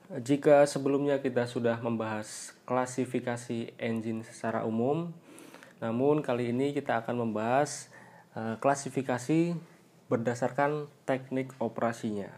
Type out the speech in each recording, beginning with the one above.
Jika sebelumnya kita sudah membahas klasifikasi engine secara umum, namun kali ini kita akan membahas klasifikasi berdasarkan teknik operasinya.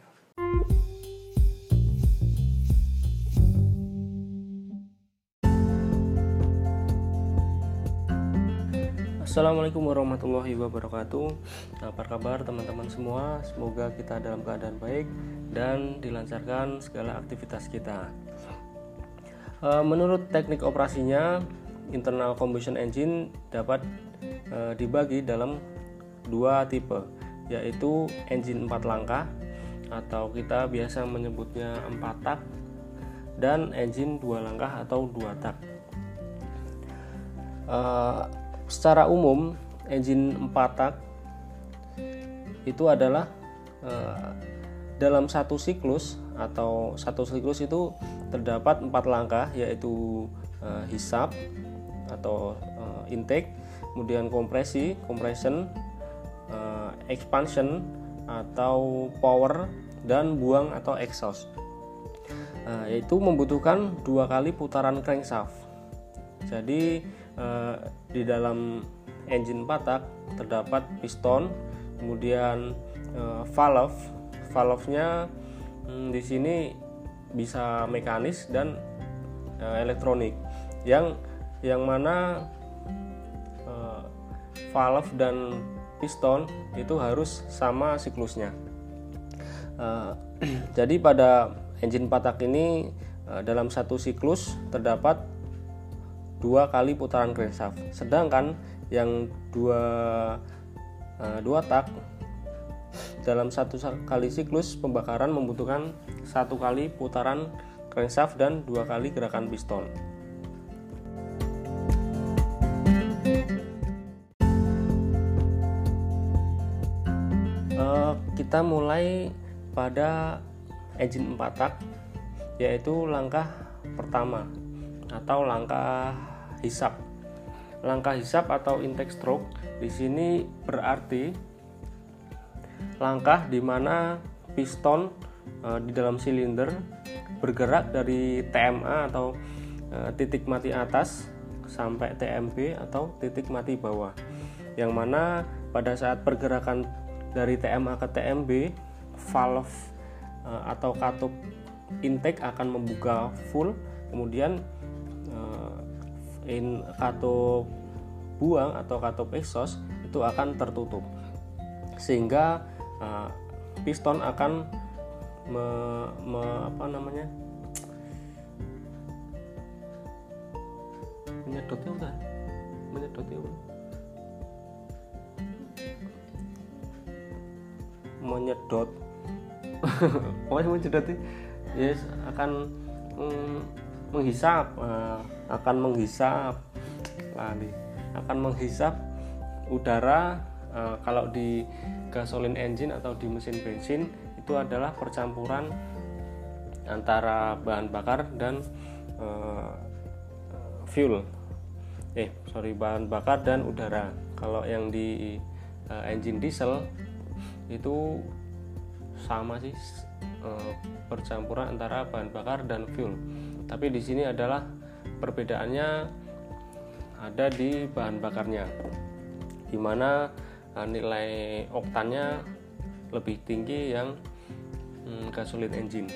Assalamualaikum warahmatullahi wabarakatuh. Apa kabar teman-teman semua? Semoga kita dalam keadaan baik dan dilancarkan segala aktivitas kita. Menurut teknik operasinya, internal combustion engine dapat dibagi dalam dua tipe, yaitu engine 4 langkah atau kita biasa menyebutnya 4 tak, dan engine 2 langkah atau 2 tak. Secara umum engine 4 tak itu adalah dalam satu siklus, atau satu siklus itu terdapat 4 langkah, yaitu hisap atau intake, kemudian kompresi, compression, expansion atau power, dan buang atau exhaust. Yaitu membutuhkan 2 kali putaran crankshaft. Jadi di dalam engine 4 tak terdapat piston, kemudian valve-nya di sini bisa mekanis dan elektronik, yang mana valve dan piston itu harus sama siklusnya. Jadi pada engine 4 tak ini dalam satu siklus terdapat 2 kali putaran crankshaft, sedangkan yang dua tak dalam satu kali siklus pembakaran membutuhkan 1 kali putaran crankshaft dan 2 kali gerakan piston. Kita mulai pada engine 4 tak, yaitu langkah pertama atau langkah hisap. Langkah hisap atau intake stroke di sini berarti langkah di mana piston di dalam silinder bergerak dari TMA atau titik mati atas sampai TMB atau titik mati bawah, yang mana pada saat pergerakan dari TMA ke TMB, valve atau katup intake akan membuka full, kemudian katup buang atau katup exhaust itu akan tertutup, sehingga piston akan menyedot yes, akan menghisap udara. Kalau di gasoline engine atau di mesin bensin itu adalah percampuran antara bahan bakar dan bahan bakar dan udara. Kalau yang di engine diesel itu sama sih, percampuran antara bahan bakar dan fuel. Tapi di sini adalah perbedaannya ada di bahan bakarnya, di mana nilai oktannya lebih tinggi yang gasoline engine.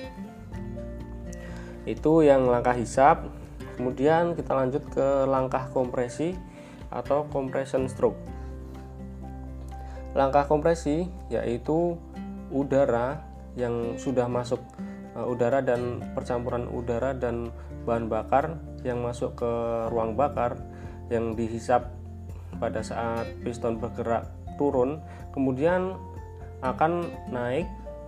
Itu yang langkah hisap. Kemudian kita lanjut ke langkah kompresi atau compression stroke. Langkah kompresi yaitu udara yang sudah masuk, udara dan percampuran udara dan bahan bakar yang masuk ke ruang bakar, yang dihisap pada saat piston bergerak turun, kemudian akan naik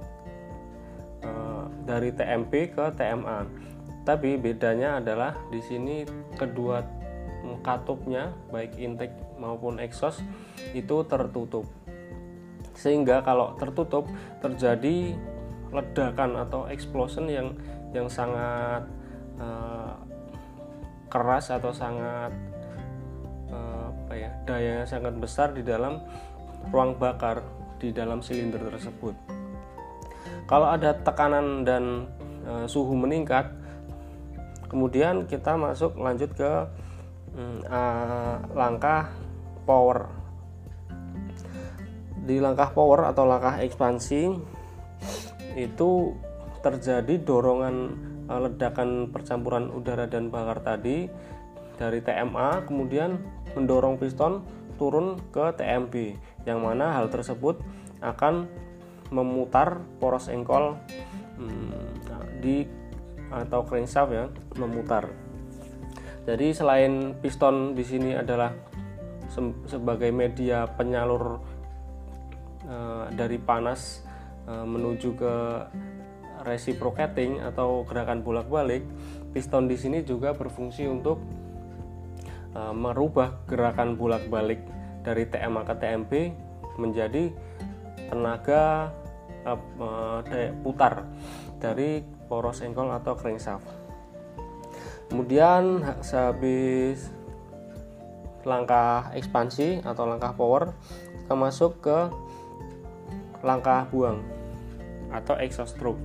dari TMP ke TMA. Tapi bedanya adalah di sini kedua katupnya baik intake maupun exhaust itu tertutup, sehingga kalau tertutup terjadi ledakan atau explosion yang sangat keras atau sangat dayanya sangat besar di dalam ruang bakar di dalam silinder tersebut. Kalau ada tekanan dan suhu meningkat. Kemudian kita lanjut ke langkah power. Di langkah power atau langkah ekspansi itu terjadi dorongan ledakan percampuran udara dan bakar tadi dari TMA, kemudian mendorong piston turun ke TMB, yang mana hal tersebut akan memutar poros engkol atau crankshaft ya, memutar. Jadi selain piston di sini adalah sebagai media penyalur dari panas menuju ke reciprocating atau gerakan bolak-balik, piston di sini juga berfungsi untuk merubah gerakan bolak-balik dari TMA ke TMB menjadi tenaga putar dari poros engkol atau crankshaft. Kemudian sehabis langkah ekspansi atau langkah power, kita masuk ke langkah buang atau exhaust stroke.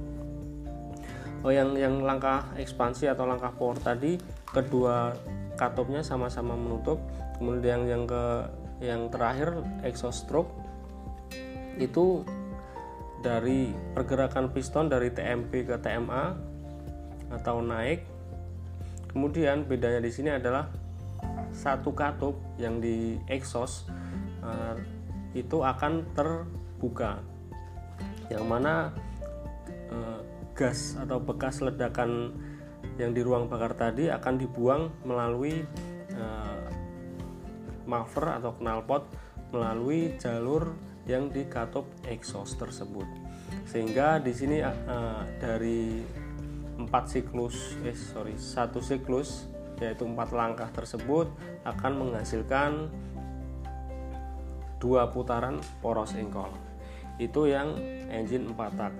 Yang langkah ekspansi atau langkah power tadi, kedua katupnya sama-sama menutup. Kemudian yang terakhir exhaust stroke itu dari pergerakan piston dari TMB ke TMA atau naik. Kemudian bedanya di sini adalah satu katup yang di exhaust itu akan terbuka, yang mana gas atau bekas ledakan yang di ruang bakar tadi akan dibuang melalui muffler atau knalpot melalui jalur yang di katup exhaust tersebut. Sehingga di sini dari satu siklus yaitu 4 langkah tersebut akan menghasilkan 2 putaran poros engkol. Itu yang engine 4 tak.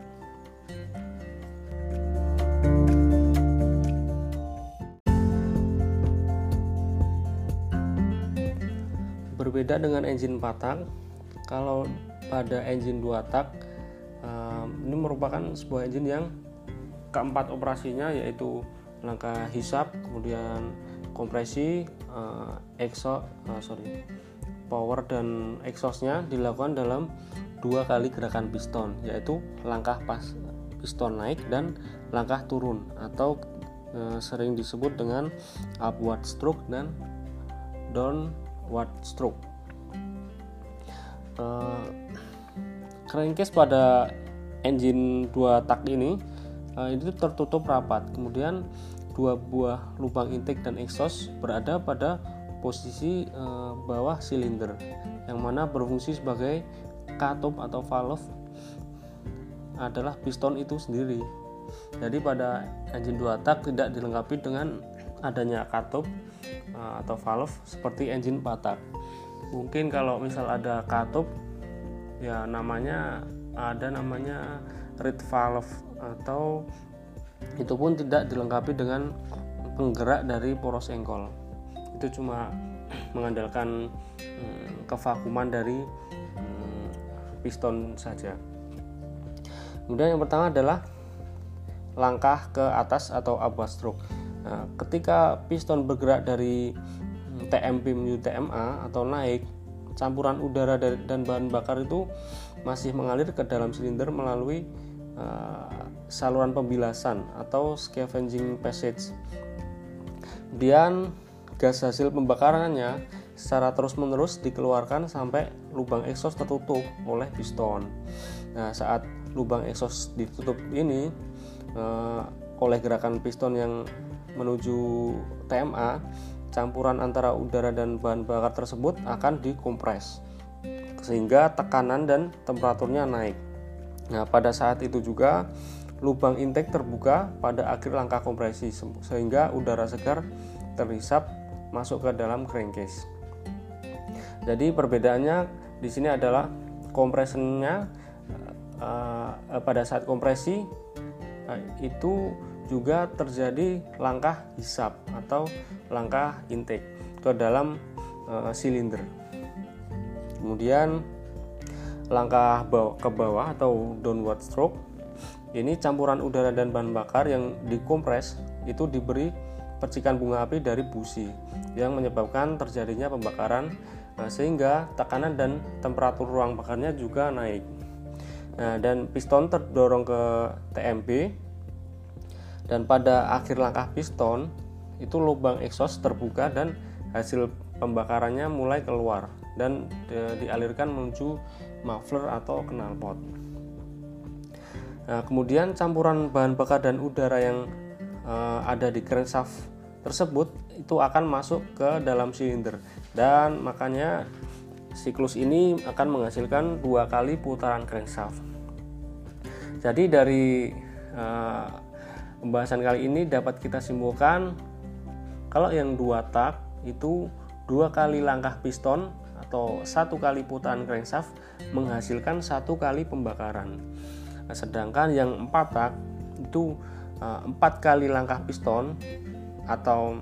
Berbeda dengan engine 4 tak, kalau pada engine 2 tak ini merupakan sebuah engine yang keempat operasinya yaitu langkah hisap, kemudian kompresi, power dan exhaustnya dilakukan dalam 2 kali gerakan piston, yaitu langkah piston naik dan langkah turun atau sering disebut dengan upward stroke dan downward stroke. Crankcase pada engine 2 tak ini itu tertutup rapat, kemudian 2 buah lubang intake dan exhaust berada pada posisi bawah silinder, yang mana berfungsi sebagai katup atau valve adalah piston itu sendiri. Jadi pada engine 2 tak tidak dilengkapi dengan adanya katup atau valve seperti engine 4 tak. Mungkin kalau misal ada katup ya namanya reed valve, atau itu pun tidak dilengkapi dengan penggerak dari poros engkol. Itu cuma mengandalkan kevakuman dari piston saja. Kemudian yang pertama adalah langkah ke atas atau upward stroke. Ketika piston bergerak dari TMB menuju TMA atau naik, campuran udara dan bahan bakar itu masih mengalir ke dalam silinder melalui saluran pembilasan atau scavenging passage. Kemudian gas hasil pembakarannya secara terus-menerus dikeluarkan sampai lubang exhaust tertutup oleh piston. Nah, saat lubang exhaust ditutup ini oleh gerakan piston yang menuju TMA, campuran antara udara dan bahan bakar tersebut akan dikompres sehingga tekanan dan temperaturnya naik. Nah, pada saat itu juga lubang intake terbuka pada akhir langkah kompresi sehingga udara segar terhisap masuk ke dalam crankcase. Jadi perbedaannya di sini adalah kompresinya pada saat kompresi itu juga terjadi langkah hisap atau langkah intake ke dalam silinder. Kemudian langkah ke bawah atau downward stroke Ini campuran udara dan bahan bakar yang dikompres itu diberi percikan bunga api dari busi yang menyebabkan terjadinya pembakaran, sehingga tekanan dan temperatur ruang bakarnya juga naik. Dan piston terdorong ke TMB, dan pada akhir langkah piston itu lubang exhaust terbuka dan hasil pembakarannya mulai keluar dan dialirkan menuju muffler atau knalpot. Kemudian campuran bahan bakar dan udara yang ada di crankshaft tersebut itu akan masuk ke dalam silinder, dan makanya siklus ini akan menghasilkan 2 kali putaran crankshaft. Jadi dari pembahasan kali ini dapat kita simpulkan kalau yang 2 tak itu 2 kali langkah piston atau 1 kali putaran crankshaft menghasilkan 1 kali pembakaran. Sedangkan yang 4 tak itu 4 kali langkah piston atau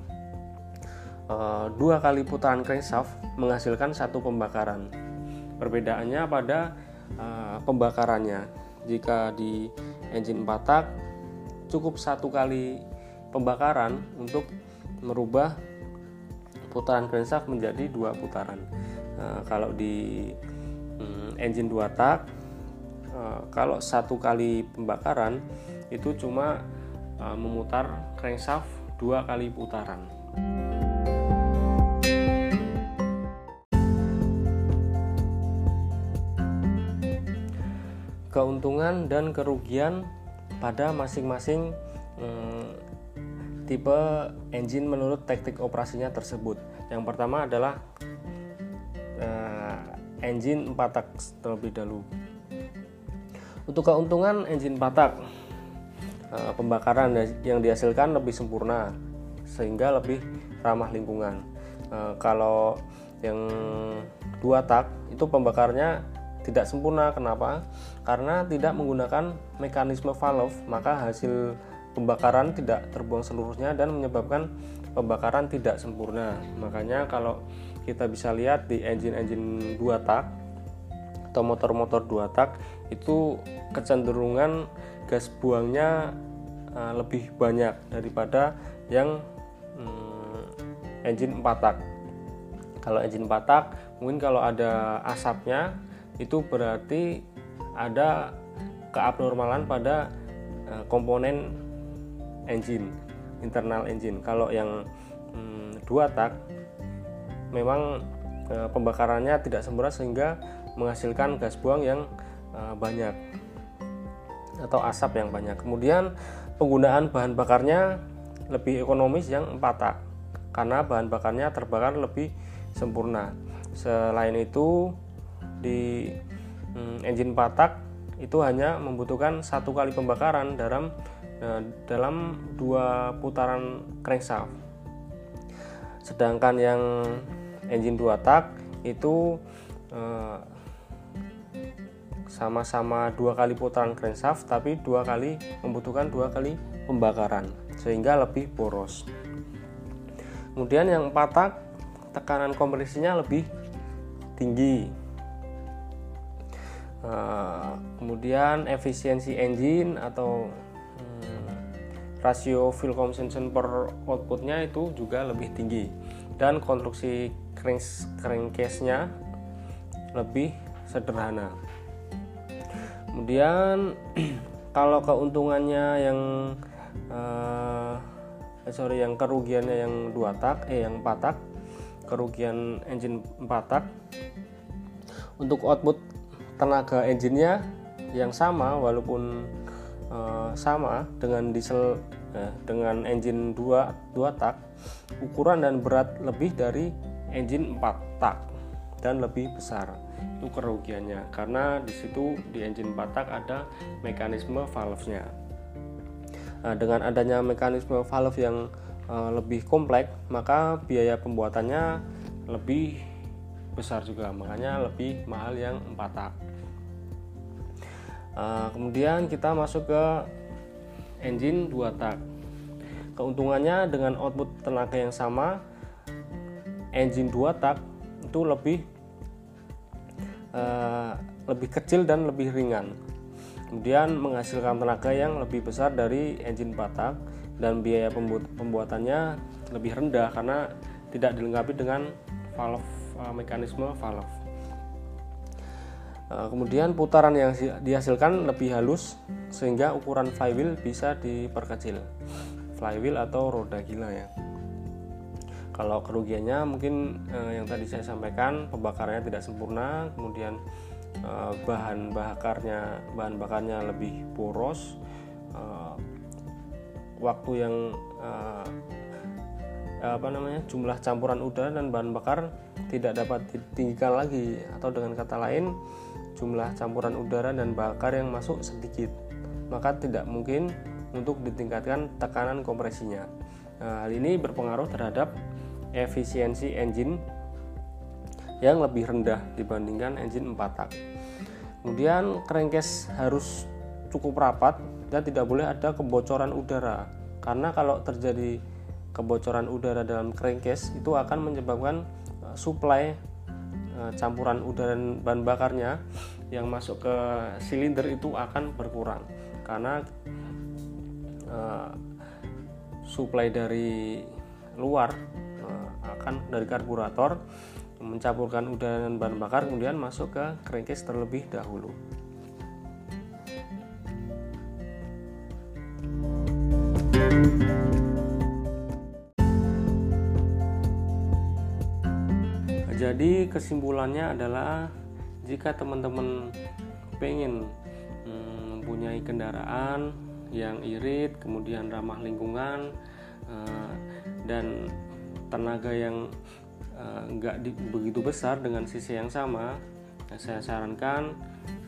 2 kali putaran crankshaft menghasilkan 1 pembakaran. Perbedaannya pada pembakarannya. Jika di engine 4 tak cukup 1 kali pembakaran untuk merubah putaran crankshaft menjadi 2 putaran. Kalau di engine 2 tak, kalau 1 kali pembakaran itu cuma memutar crankshaft 2 kali putaran. Keuntungan dan kerugian pada masing-masing tipe engine menurut teknik operasinya tersebut. Yang pertama adalah engine 4 tak terlebih dahulu. Untuk keuntungan engine 4 tak, pembakaran yang dihasilkan lebih sempurna sehingga lebih ramah lingkungan. Kalau yang 2 tak itu pembakarnya tidak sempurna. Kenapa? Karena tidak menggunakan mekanisme valve, maka hasil pembakaran tidak terbuang seluruhnya dan menyebabkan pembakaran tidak sempurna. Makanya kalau kita bisa lihat di engine 2 tak atau motor-motor 2 tak itu kecenderungan gas buangnya lebih banyak daripada yang engine 4 tak. Kalau engine 4 tak mungkin kalau ada asapnya itu berarti ada keabnormalan pada komponen engine, internal engine. Kalau yang 2 tak memang pembakarannya tidak sempurna sehingga menghasilkan gas buang yang banyak atau asap yang banyak. Kemudian penggunaan bahan bakarnya lebih ekonomis yang 4 tak karena bahan bakarnya terbakar lebih sempurna. Selain itu di engine 4 tak itu hanya membutuhkan 1 kali pembakaran dalam 2 putaran crankshaft. Sedangkan yang engine 2 tak itu sama-sama 2 kali putaran crankshaft tapi membutuhkan 2 kali pembakaran sehingga lebih boros. Kemudian yang 4 tak tekanan kompresinya lebih tinggi. Kemudian efisiensi engine atau rasio fuel consumption per outputnya itu juga lebih tinggi, dan konstruksi crankcase-nya lebih sederhana. Kemudian kalau keuntungannya yang kerugiannya yang 4 tak, kerugian engine 4 tak untuk output tenaga engine-nya yang sama walaupun sama dengan diesel dengan engine 2 tak, ukuran dan berat lebih dari engine 4 tak dan lebih besar. Itu kerugiannya karena di situ di engine 4 tak ada mekanisme valve-nya. Dengan adanya mekanisme valve yang lebih kompleks, maka biaya pembuatannya lebih besar juga, makanya lebih mahal yang 4 tak. Kemudian kita masuk ke engine 2 tak. Keuntungannya dengan output tenaga yang sama, engine 2 tak itu lebih kecil dan lebih ringan. kemudian menghasilkan tenaga yang lebih besar dari engine 4 tak, dan biaya pembuatannya lebih rendah karena tidak dilengkapi dengan mekanisme valve. Kemudian putaran yang dihasilkan lebih halus sehingga ukuran flywheel bisa diperkecil. Flywheel atau roda gila ya. Kalau kerugiannya mungkin yang tadi saya sampaikan, pembakarannya tidak sempurna, kemudian bahan bakarnya lebih boros, waktu yang jumlah campuran udara dan bahan bakar tidak dapat ditinggikan lagi, atau dengan kata lain jumlah campuran udara dan bakar yang masuk sedikit, maka tidak mungkin untuk ditingkatkan tekanan kompresinya. Hal ini berpengaruh terhadap efisiensi engine yang lebih rendah dibandingkan engine 4 tak. Kemudian crankcase harus cukup rapat dan tidak boleh ada kebocoran udara, karena kalau terjadi kebocoran udara dalam crankcase itu akan menyebabkan suplai campuran udara dan bahan bakarnya yang masuk ke silinder itu akan berkurang, karena suplai dari luar akan dari karburator mencampurkan udara dan bahan bakar kemudian masuk ke crankcase terlebih dahulu. Jadi kesimpulannya adalah jika teman-teman pengen mempunyai kendaraan yang irit, kemudian ramah lingkungan, dan tenaga yang nggak begitu besar dengan sisi yang sama, saya sarankan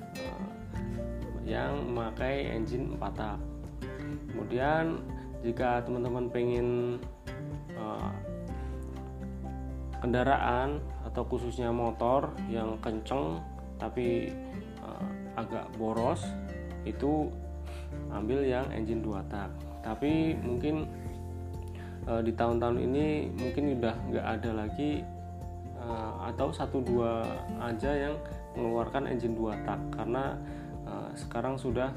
yang memakai engine 4 tak. Kemudian jika teman-teman pengen kendaraan atau khususnya motor yang kenceng tapi agak boros, itu ambil yang engine 2 tak. Tapi mungkin di tahun-tahun ini mungkin udah nggak ada lagi, atau 1-2 aja yang mengeluarkan engine 2 tak, karena sekarang sudah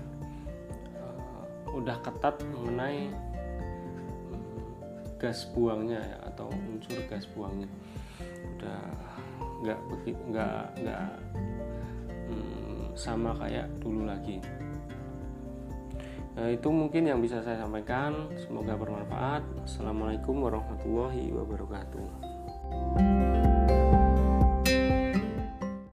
ketat mengenai gas buangnya ya, atau unsur gas buangnya udah nggak sama kayak dulu lagi. Itu mungkin yang bisa saya sampaikan, semoga bermanfaat. Assalamualaikum warahmatullahi wabarakatuh.